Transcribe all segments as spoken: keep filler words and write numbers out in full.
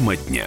Тема дня.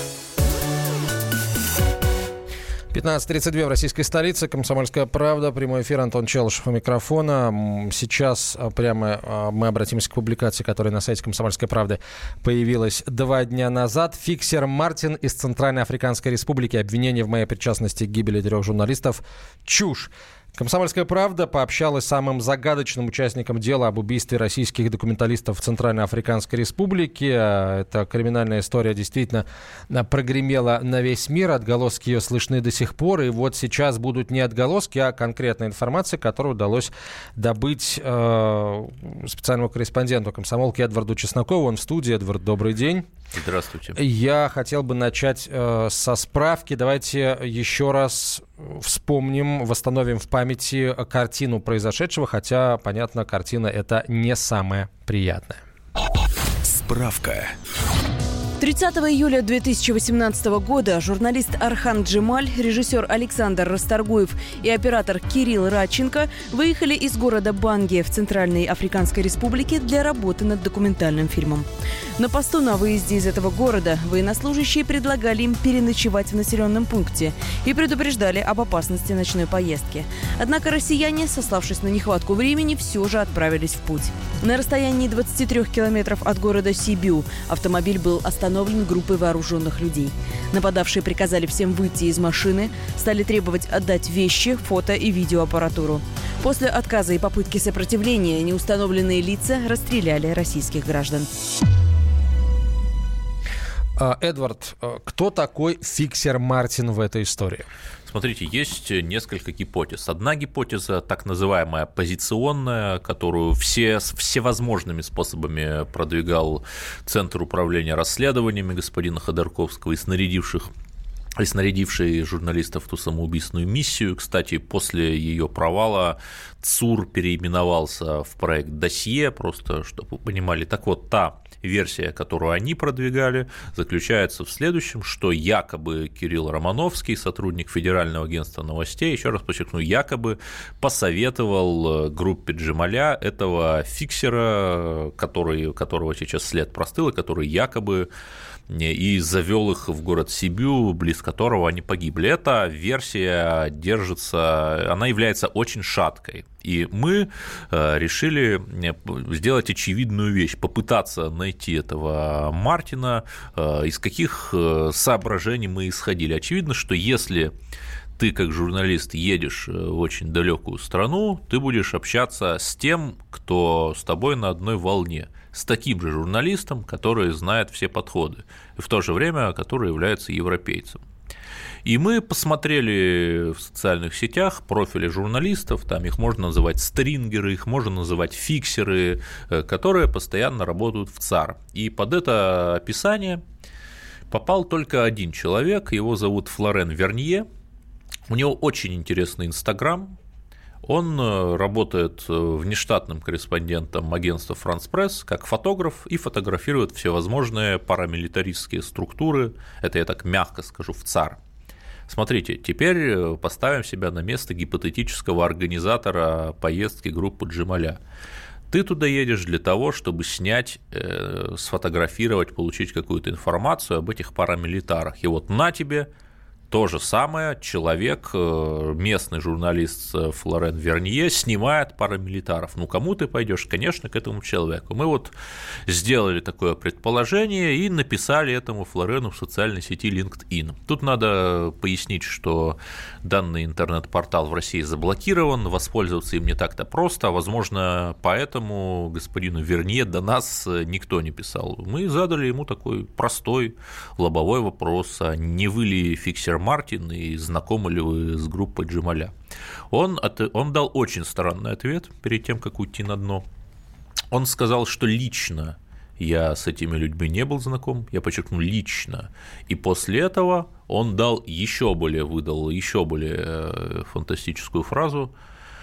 пятнадцать тридцать два в российской столице. «Комсомольская правда». Прямой эфир. Антон Челышев у микрофона. Сейчас прямо мы обратимся к публикации, которая на сайте «Комсомольской правды» появилась два дня назад. Фиксер Мартин из Центральной Африканской Республики. Обвинение в моей причастности к гибели трех журналистов. Чушь. «Комсомольская правда» пообщалась с самым загадочным участником дела об убийстве российских документалистов в Центральной Африканской Республике. Эта криминальная история действительно прогремела на весь мир. Отголоски ее слышны до сих пор. И вот сейчас будут не отголоски, а конкретная информация, которую удалось добыть э, специальному корреспонденту комсомолки Эдварду Чеснокову. Он в студии. Эдвард, добрый день. Здравствуйте. Я хотел бы начать э, со справки. Давайте еще раз вспомним, восстановим в памяти картину произошедшего, хотя, понятно, картина эта не самая приятная. Справка. тридцатого июля две тысячи восемнадцатого года журналист Архан Джемаль, режиссер Александр Расторгуев и оператор Кирилл Радченко выехали из города Банги в Центральной Африканской Республике для работы над документальным фильмом. На посту на выезде из этого города военнослужащие предлагали им переночевать в населенном пункте и предупреждали об опасности ночной поездки. Однако россияне, сославшись на нехватку времени, все же отправились в путь. На расстоянии двадцати трёх километров от города Сибиу автомобиль был остановлен группой вооруженных людей. Нападавшие приказали всем выйти из машины, стали требовать отдать вещи, фото и видеоаппаратуру. После отказа и попытки сопротивления неустановленные лица расстреляли российских граждан. Эдвард, кто такой фиксер Мартин в этой истории? Смотрите, есть несколько гипотез. Одна гипотеза, так называемая оппозиционная, которую все, всевозможными способами продвигал Центр управления расследованиями господина Ходорковского и снарядивших и снарядивший журналистов в ту самоубийственную миссию. Кстати, после ее провала ЦУР переименовался в проект «Досье», просто чтобы вы понимали. Так вот, та версия, которую они продвигали, заключается в следующем, что якобы Кирилл Романовский, сотрудник Федерального агентства новостей, еще раз подчеркну, якобы посоветовал группе Джемаля, этого фиксера, который, которого сейчас след простыл, и который якобы и завел их в город Сибиу, близ которого они погибли. Эта версия держится, она является очень шаткой. И мы решили сделать очевидную вещь, попытаться найти этого Мартина, из каких соображений мы исходили. Очевидно, что если ты как журналист едешь в очень далекую страну, ты будешь общаться с тем, кто с тобой на одной волне, с таким же журналистом, который знает все подходы, и в то же время который является европейцем. И мы посмотрели в социальных сетях профили журналистов, там их можно называть стрингеры, их можно называть фиксеры, которые постоянно работают в ЦАР. И под это описание попал только один человек, его зовут Флорен Вернье. У него очень интересный Инстаграм. Он работает внештатным корреспондентом агентства «Франс Пресс» как фотограф и фотографирует всевозможные парамилитаристские структуры, это я так мягко скажу, в ЦАР. Смотрите, теперь поставим себя на место гипотетического организатора поездки группы Джемаля. Ты туда едешь для того, чтобы снять, сфотографировать, получить какую-то информацию об этих парамилитарах. И вот на тебе то же самое человек, местный журналист Флорен Вернье, снимает парамилитаров. Ну, кому ты пойдешь? Конечно, к этому человеку. Мы вот сделали такое предположение и написали этому Флорену в социальной сети LinkedIn. Тут надо пояснить, что данный интернет-портал в России заблокирован, воспользоваться им не так-то просто, возможно, поэтому господину Вернье до нас никто не писал. Мы задали ему такой простой лобовой вопрос, а не вы ли фиксер Мартин и знакомы ли вы с группой Джемаля? Он, он дал очень странный ответ перед тем, как уйти на дно. Он сказал, что лично я с этими людьми не был знаком, я подчеркну, лично. И после этого он дал еще более, выдал еще более фантастическую фразу.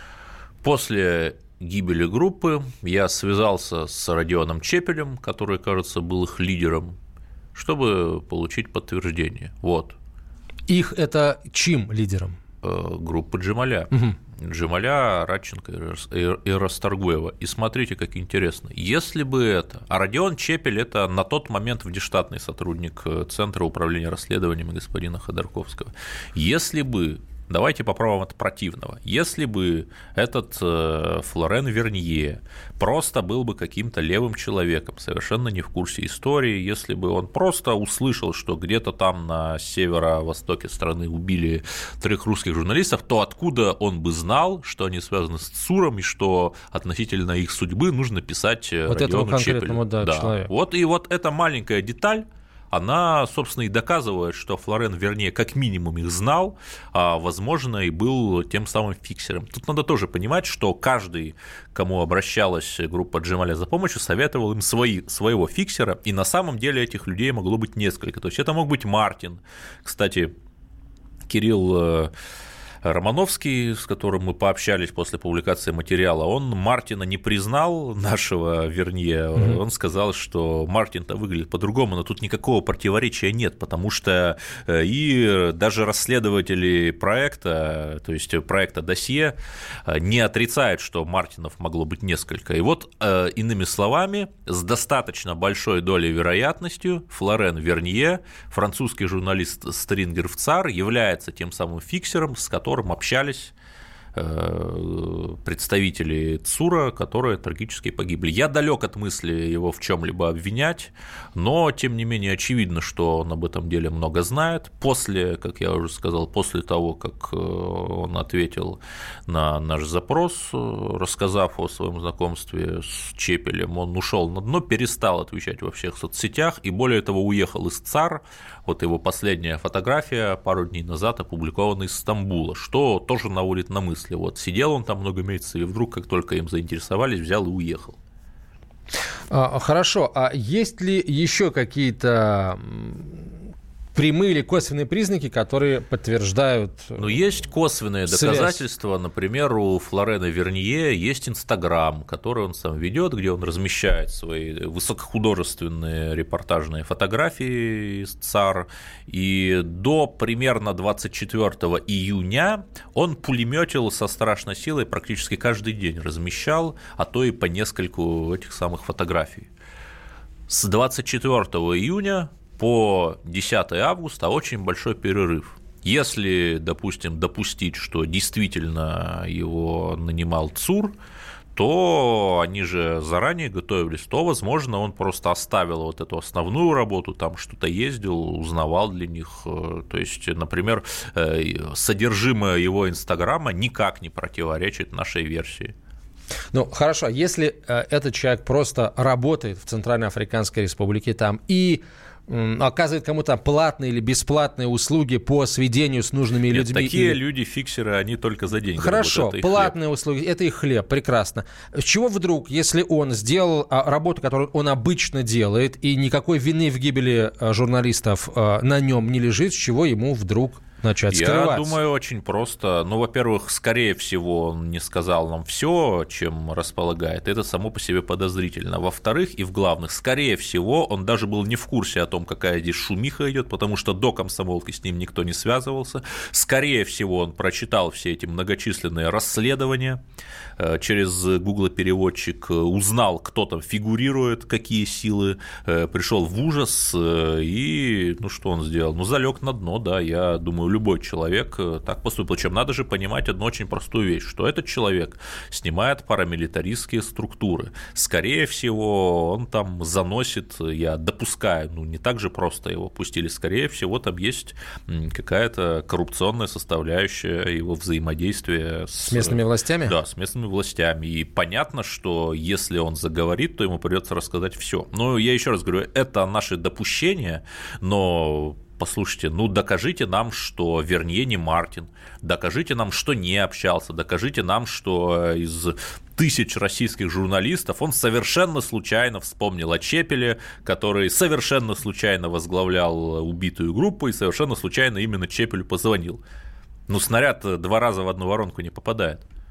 После гибели группы я связался с Родионом Чепелем, который, кажется, был их лидером, чтобы получить подтверждение. Вот. Их это чьим лидером? Группа Джемаля. Угу. Джемаля, Радченко и Расторгуева. И смотрите, как интересно. Если бы это... А Родион Чепель – это на тот момент внештатный сотрудник Центра управления расследованиями господина Ходорковского. Если бы... Давайте попробуем от противного. Если бы этот э, Флорен Вернье просто был бы каким-то левым человеком, совершенно не в курсе истории, если бы он просто услышал, что где-то там на северо-востоке страны убили трех русских журналистов, то откуда он бы знал, что они связаны с ЦУРом и что относительно их судьбы нужно писать вот Родиону Чепелю? Да, да. Человеку. Вот и вот эта маленькая деталь, она, собственно, и доказывает, что Флорен Вернье как минимум их знал, а, возможно, и был тем самым фиксером. Тут надо тоже понимать, что каждый, кому обращалась группа Джемаля за помощью, советовал им свои, своего фиксера, и на самом деле этих людей могло быть несколько. То есть это мог быть Мартин. Кстати, Кирилл Романовский, с которым мы пообщались после публикации материала, он Мартина не признал, нашего Вернье, mm-hmm. он сказал, что Мартин-то выглядит по-другому, но тут никакого противоречия нет, потому что и даже расследователи проекта, то есть проекта «Досье», не отрицают, что Мартинов могло быть несколько. И вот, иными словами, с достаточно большой долей вероятностью Флорен Вернье, французский журналист Стрингер в ЦАР, является тем самым фиксером, с которым которым общались представители ЦУРа, которые трагически погибли. Я далек от мысли его в чем-либо обвинять, но, тем не менее, очевидно, что он об этом деле много знает. После, как я уже сказал, после того, как он ответил на наш запрос, рассказав о своем знакомстве с Чепелем, он ушел на дно, перестал отвечать во всех соцсетях и, более того, уехал из ЦАР. Вот его последняя фотография пару дней назад опубликована из Стамбула, что тоже наводит на мысли. Вот сидел он там много месяцев, и вдруг, как только им заинтересовались, взял и уехал. Хорошо, а есть ли еще какие-то прямые или косвенные признаки, которые подтверждают... Ну, есть косвенные доказательства. Связь. Например, у Флорена Вернье есть Инстаграм, который он сам ведет, где он размещает свои высокохудожественные репортажные фотографии из ЦАР. И до примерно двадцать четвёртого июня он пулеметил со страшной силой, практически каждый день размещал, а то и по нескольку этих самых фотографий. С двадцать четвёртого июня по десятого августа очень большой перерыв. Если, допустим, допустить, что действительно его нанимал ЦУР, то они же заранее готовились, то, возможно, он просто оставил вот эту основную работу, там что-то ездил, узнавал для них. То есть, например, содержимое его Инстаграма никак не противоречит нашей версии. Ну, хорошо, если этот человек просто работает в Центральноафриканской Республике там и оказывает кому-то платные или бесплатные услуги по сведению с нужными Нет, людьми. Такие или... люди, фиксеры, они только за деньги Хорошо, работают. платные услуги, это их хлеб, прекрасно. С чего вдруг, если он сделал работу, которую он обычно делает, и никакой вины в гибели журналистов на нем не лежит, с чего ему вдруг начать скрываться? Я думаю, очень просто. Ну, во-первых, скорее всего, он не сказал нам все, чем располагает. Это само по себе подозрительно. Во-вторых, и в главных, скорее всего, он даже был не в курсе о том, какая здесь шумиха идет, потому что до комсомолки с ним никто не связывался. Скорее всего, он прочитал все эти многочисленные расследования, через Google-переводчик узнал, кто там фигурирует, какие силы, пришел в ужас и, ну, что он сделал? Ну, залег на дно, да, я думаю, любой человек так поступил. Причем надо же понимать одну очень простую вещь, что этот человек снимает парамилитаристские структуры. Скорее всего, он там заносит, я допускаю, ну, не так же просто его пустили, скорее всего, там есть какая-то коррупционная составляющая его взаимодействия с, с местными властями? Да, с местными властями. И понятно, что если он заговорит, то ему придется рассказать все. Но я еще раз говорю, это наши допущения, но послушайте, ну докажите нам, что Вернье не Мартин, докажите нам, что не общался, докажите нам, что из тысяч российских журналистов он совершенно случайно вспомнил о Чепеле, который совершенно случайно возглавлял убитую группу и совершенно случайно именно Чепелю позвонил. Ну, снаряд два раза в одну воронку не попадает.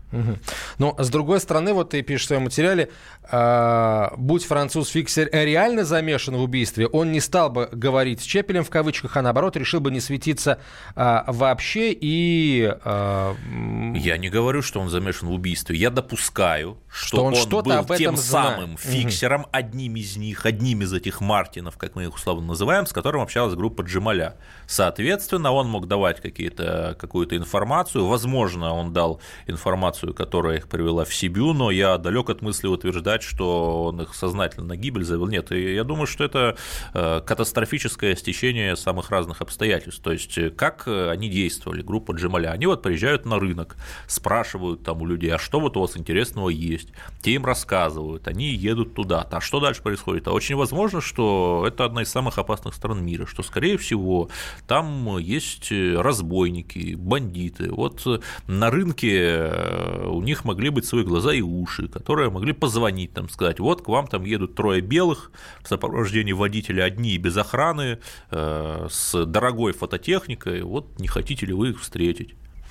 Угу. Но, с другой стороны, вот ты пишешь в своем материале, э, будь француз-фиксер реально замешан в убийстве, он не стал бы говорить с Чепелем в кавычках, а наоборот решил бы не светиться э, вообще и... Э, я не говорю, что он замешан в убийстве, я допускаю, что, что он, он что-то был об этом тем знает. Самым фиксером, угу. одним из них, одним из этих Мартинов, как мы их условно называем, с которым общалась группа Джемаля. Соответственно, он мог давать какие-то, какую-то информацию, возможно, он дал информацию, которая их привела в Сибирь, но я далек от мысли утверждать, что он их сознательно на гибель завел. Нет, я думаю, что это катастрофическое стечение самых разных обстоятельств. То есть, как они действовали, группа Джемаля? Они вот приезжают на рынок, спрашивают там у людей, а что вот у вас интересного есть? Те им рассказывают, они едут туда. А что дальше происходит? А очень возможно, что это одна из самых опасных стран мира, что, скорее всего, там есть разбойники, бандиты. Вот на рынке у них могли быть свои глаза и уши, которые могли позвонить, там, сказать, вот к вам там едут трое белых в сопровождении водителя, одни и без охраны, э, с дорогой фототехникой, вот не хотите ли вы их встретить?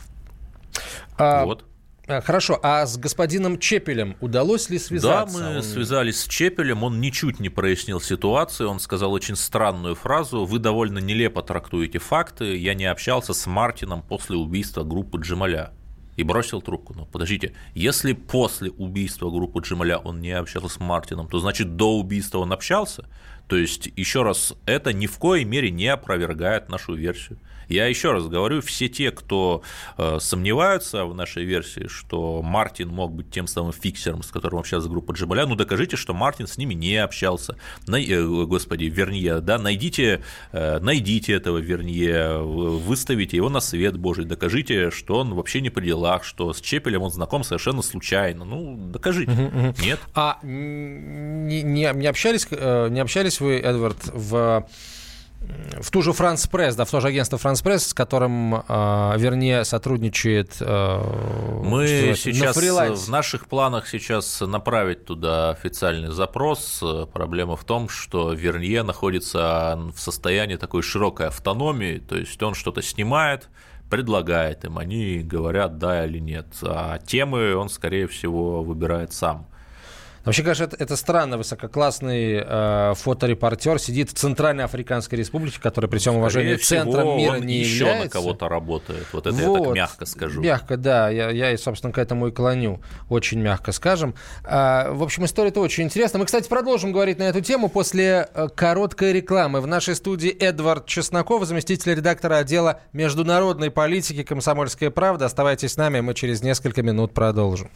А... Вот. Хорошо, а с господином Чепелем удалось ли связаться? Да, мы он... связались с Чепелем, он ничуть не прояснил ситуацию, он сказал очень странную фразу: вы довольно нелепо трактуете факты, я не общался с Мартином после убийства группы Джемаля. И бросил трубку. Но подождите, если после убийства группы Джемаля он не общался с Мартином, то значит до убийства он общался? То есть, еще раз, это ни в коей мере не опровергает нашу версию. Я еще раз говорю, все те, кто э, сомневаются в нашей версии, что Мартин мог быть тем самым фиксером, с которым общалась группа Джемаля, ну докажите, что Мартин с ними не общался. Най, э, господи, Вернье, да, найдите, э, найдите этого Вернье, выставите его на свет Божий, докажите, что он вообще не при делах, что с Чепелем он знаком совершенно случайно. Ну, докажите. Угу, угу. Нет. А не, не, не, общались, не общались вы, Эдвард, в... в ту же France Press, да, в то же агентство France Press, с которым, э, вернее, сотрудничает э, мы сейчас на в наших планах сейчас направить туда официальный запрос. Проблема в том, что Вернье находится в состоянии такой широкой автономии, то есть он что-то снимает, предлагает им, они говорят да или нет, а темы он, скорее всего, выбирает сам. Вообще, конечно, это, это странно. Высококлассный э, фоторепортер сидит в Центральной Африканской Республике, которая при всем уважении центром мира не еще является. На кого-то работает. Вот это вот, я так мягко скажу. Мягко, да. Я, я, собственно, к этому и клоню. Очень мягко скажем. А, в общем, история-то очень интересная. Мы, кстати, продолжим говорить на эту тему после короткой рекламы. В нашей студии Эдвард Чесноков, заместитель редактора отдела международной политики «Комсомольская правда». Оставайтесь с нами, мы через несколько минут продолжим.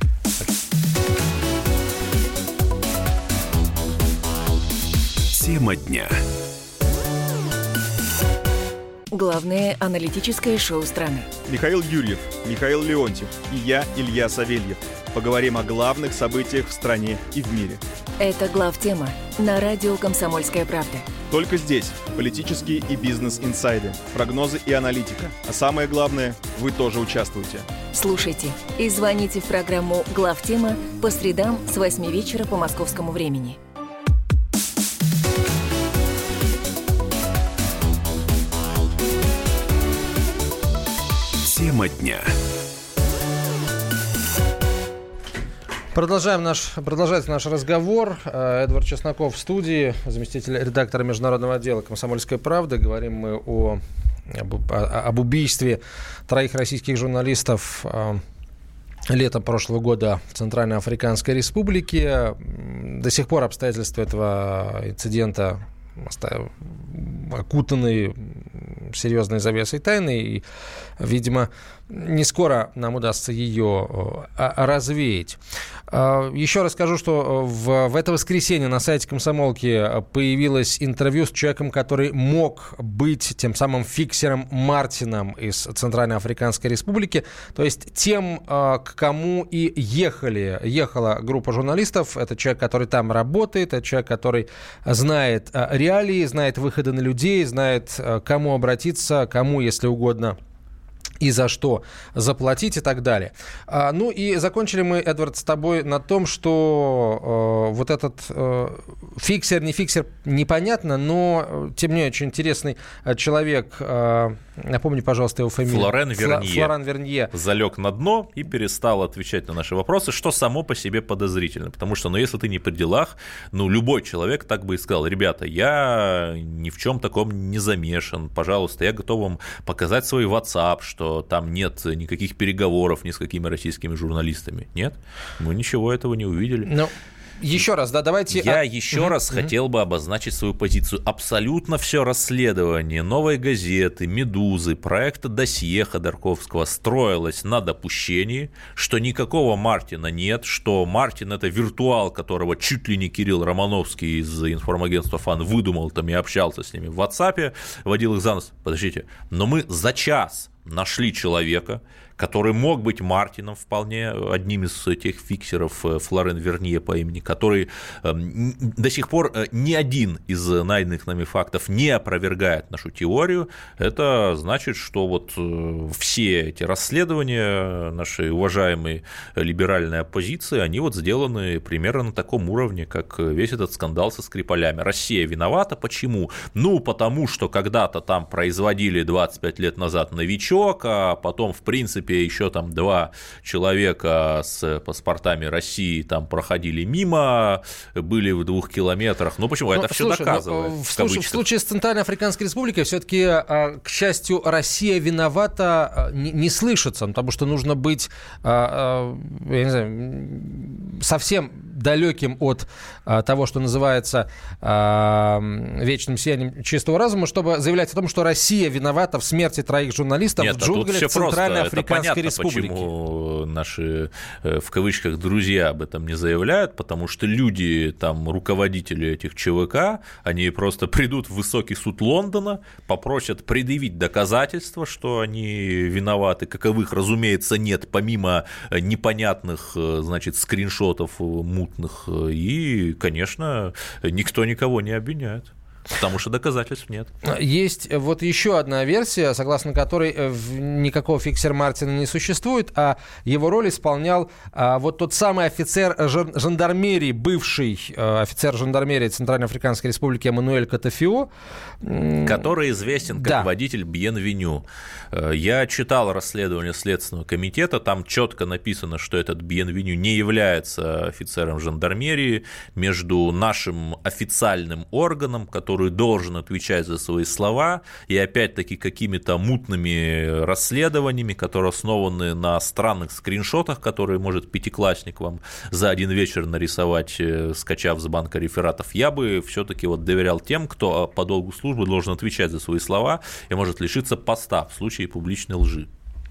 Тема дня. Главное аналитическое шоу страны. Михаил Юрьев, Михаил Леонтьев и я, Илья Савельев. Поговорим о главных событиях в стране и в мире. Это главтема на радио «Комсомольская правда». Только здесь политические и бизнес-инсайды, прогнозы и аналитика. А самое главное, вы тоже участвуете. Слушайте и звоните в программу «Главтема» по средам с восьми вечера по московскому времени. Тема дня. Продолжаем наш, продолжается наш разговор. Эдвард Чесноков в студии, заместитель редактора международного отдела «Комсомольской правды». Говорим мы о, об, об убийстве троих российских журналистов летом прошлого года в Центральной Африканской Республике. До сих пор обстоятельства этого инцидента окутаны серьезной завесой тайны, и, видимо, не скоро нам удастся ее развеять. Еще раз скажу, что в, в это воскресенье на сайте «Комсомолки» появилось интервью с человеком, который мог быть тем самым фиксером Мартином из Центральной Африканской Республики, то есть тем, к кому и ехали, ехала группа журналистов. Это человек, который там работает, это человек, который знает реалии, знает выходы на людей, знает, кому обратиться, кому, если угодно, и за что заплатить и так далее. А, ну и закончили мы, Эдвард, с тобой на том, что э, вот этот э, фиксер, не фиксер, непонятно, но тем не менее очень интересный человек, э, Напомни, пожалуйста, его фамилию. Флорен Вернье. Флорен Вернье. Залег на дно и перестал отвечать на наши вопросы, что само по себе подозрительно. Потому что, ну, если ты не при делах, ну, любой человек так бы и сказал: ребята, я ни в чем таком не замешан, пожалуйста, я готов вам показать свой WhatsApp, что там нет никаких переговоров ни с какими российскими журналистами. Нет? Мы ничего этого не увидели. Ну, еще раз, да, давайте... Я еще угу. раз угу. хотел бы обозначить свою позицию. Абсолютно все расследование «Новой газеты», «Медузы», проекта «Досье» Ходорковского строилось на допущении, что никакого Мартина нет, что Мартин – это виртуал, которого чуть ли не Кирилл Романовский из информагентства «Фан» выдумал там и общался с ними в WhatsApp, водил их за нос. Подождите, но мы за час нашли человека, который мог быть Мартином вполне, одним из тех фиксеров Флорен Вернье по имени, который до сих пор ни один из найденных нами фактов не опровергает нашу теорию. Это значит, что вот все эти расследования нашей уважаемой либеральной оппозиции, они вот сделаны примерно на таком уровне, как весь этот скандал со Скрипалями. Россия виновата. Почему? Ну, потому что когда-то там производили двадцать пять лет назад новичок, а потом, в принципе, еще там два человека с паспортами России там проходили мимо, были в двух километрах. Ну, почему? Ну, это все доказывает. Ну, в, случае, в случае с Центральной Африканской Республикой все-таки, к счастью, Россия виновата не, не слышится, потому что нужно быть, я не знаю, совсем далеким от того, что называется вечным сиянием чистого разума, чтобы заявлять о том, что Россия виновата в смерти троих журналистов Нет, в джунглях Центральной Африканской Республики. Почему наши, в кавычках, друзья об этом не заявляют, потому что люди, там, руководители этих ЧВК, они просто придут в высокий суд Лондона, попросят предъявить доказательства, что они виноваты, каковых, разумеется, нет, помимо непонятных, значит, скриншотов мутных, и, конечно, никто никого не обвиняет. Потому что доказательств нет. Есть вот еще одна версия, согласно которой никакого фиксера Мартина не существует, а его роль исполнял а, вот тот самый офицер жандармерии, бывший а, офицер жандармерии Центральноафриканской Республики Эммануэль Катафио. Который известен как да. водитель Бьенвеню. Я читал расследование Следственного комитета, там четко написано, что этот Бьенвеню не является офицером жандармерии. Между нашим официальным органом, который который должен отвечать за свои слова, и опять-таки какими-то мутными расследованиями, которые основаны на странных скриншотах, которые может пятиклассник вам за один вечер нарисовать, скачав с банка рефератов. Я бы все-таки вот доверял тем, кто по долгу службы должен отвечать за свои слова и может лишиться поста в случае публичной лжи.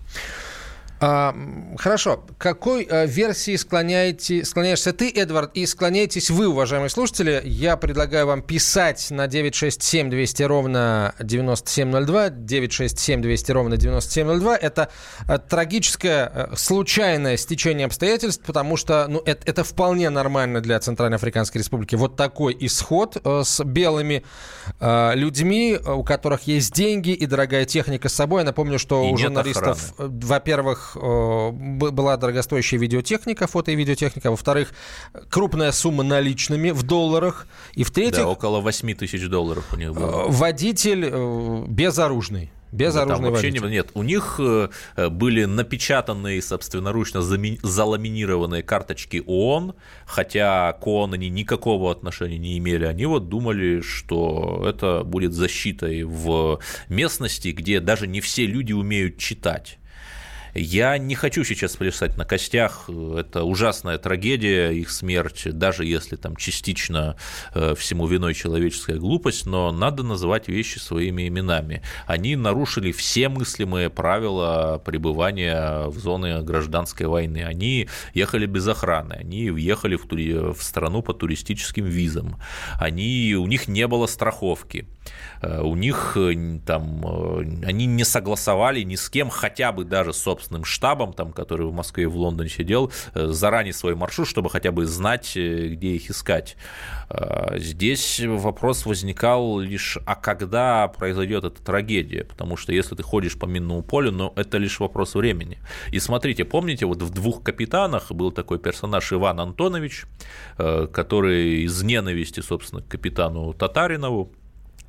А, хорошо. К какой а, версии склоняете, склоняешься ты, Эдвард, и склоняетесь вы, уважаемые слушатели? Я предлагаю вам писать на девять шесть семь двести ровно девяносто семь ноль два, девять шесть семь двести ровно девяносто семь ноль два. Это а, трагическое, а, случайное стечение обстоятельств, потому что ну, это, это вполне нормально для Центральноафриканской Республики. Вот такой исход а, с белыми а, людьми, у которых есть деньги и дорогая техника с собой. Я напомню, что и у журналистов, охраны. Во-первых, была дорогостоящая видеотехника, фото- и видеотехника, во-вторых, крупная сумма наличными в долларах, и в-третьих... Да, около восемь тысяч долларов у них было. Водитель безоружный. Безоружный да, водитель. Не, нет, у них были напечатанные, собственноручно заламинированные карточки ООН, хотя к ООН они никакого отношения не имели. Они вот думали, что это будет защитой в местности, где даже не все люди умеют читать. Я не хочу сейчас плясать на костях, это ужасная трагедия, их смерть, даже если там частично всему виной человеческая глупость, но надо называть вещи своими именами. Они нарушили все мыслимые правила пребывания в зоне гражданской войны. Они ехали без охраны, они въехали в, тури... в страну по туристическим визам, они... у них не было страховки. У них там, они не согласовали ни с кем, хотя бы даже с собственным штабом, там, который в Москве и в Лондоне сидел, заранее свой маршрут, чтобы хотя бы знать, где их искать. Здесь вопрос возникал лишь, а когда произойдет эта трагедия? Потому что если ты ходишь по минному полю, ну, это лишь вопрос времени. И смотрите, помните, вот в «Двух капитанах» был такой персонаж Иван Антонович, который из ненависти, собственно, к капитану Татаринову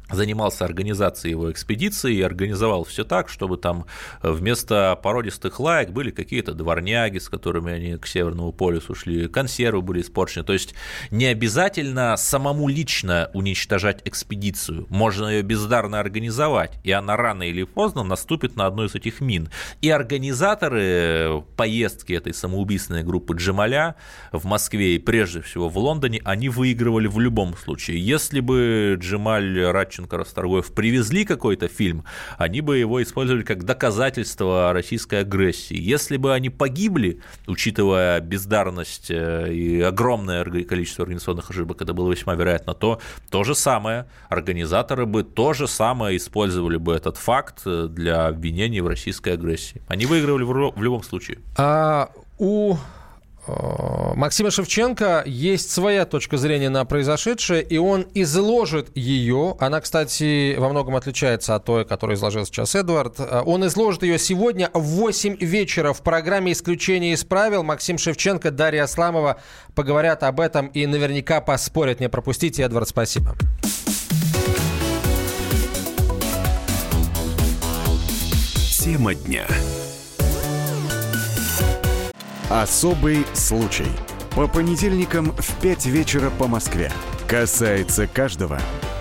занимался организацией его экспедиции и организовал все так, чтобы там вместо породистых лаек были какие-то дворняги, с которыми они к Северному полюсу шли, консервы были испорчены. То есть не обязательно самому лично уничтожать экспедицию, можно ее бездарно организовать, и она рано или поздно наступит на одну из этих мин. И организаторы поездки этой самоубийственной группы Джемаля в Москве и прежде всего в Лондоне, они выигрывали в любом случае. Если бы Джемаль Радченко, Расторгуев привезли какой-то фильм, они бы его использовали как доказательство российской агрессии. Если бы они погибли, учитывая бездарность и огромное количество организационных ошибок, это было весьма вероятно, то то же самое, организаторы бы то же самое использовали бы этот факт для обвинений в российской агрессии. Они выигрывали в любом случае. А у Максима Шевченко есть своя точка зрения на произошедшее, и он изложит ее. Она, кстати, во многом отличается от той, которую изложил сейчас Эдвард. Он изложит ее сегодня в восемь вечера в программе «Исключение из правил». Максим Шевченко, Дарья Асламова поговорят об этом и наверняка поспорят. Не пропустите. Эдвард, спасибо. Тема дня. Особый случай. По понедельникам в пять вечера по Москве. Касается каждого.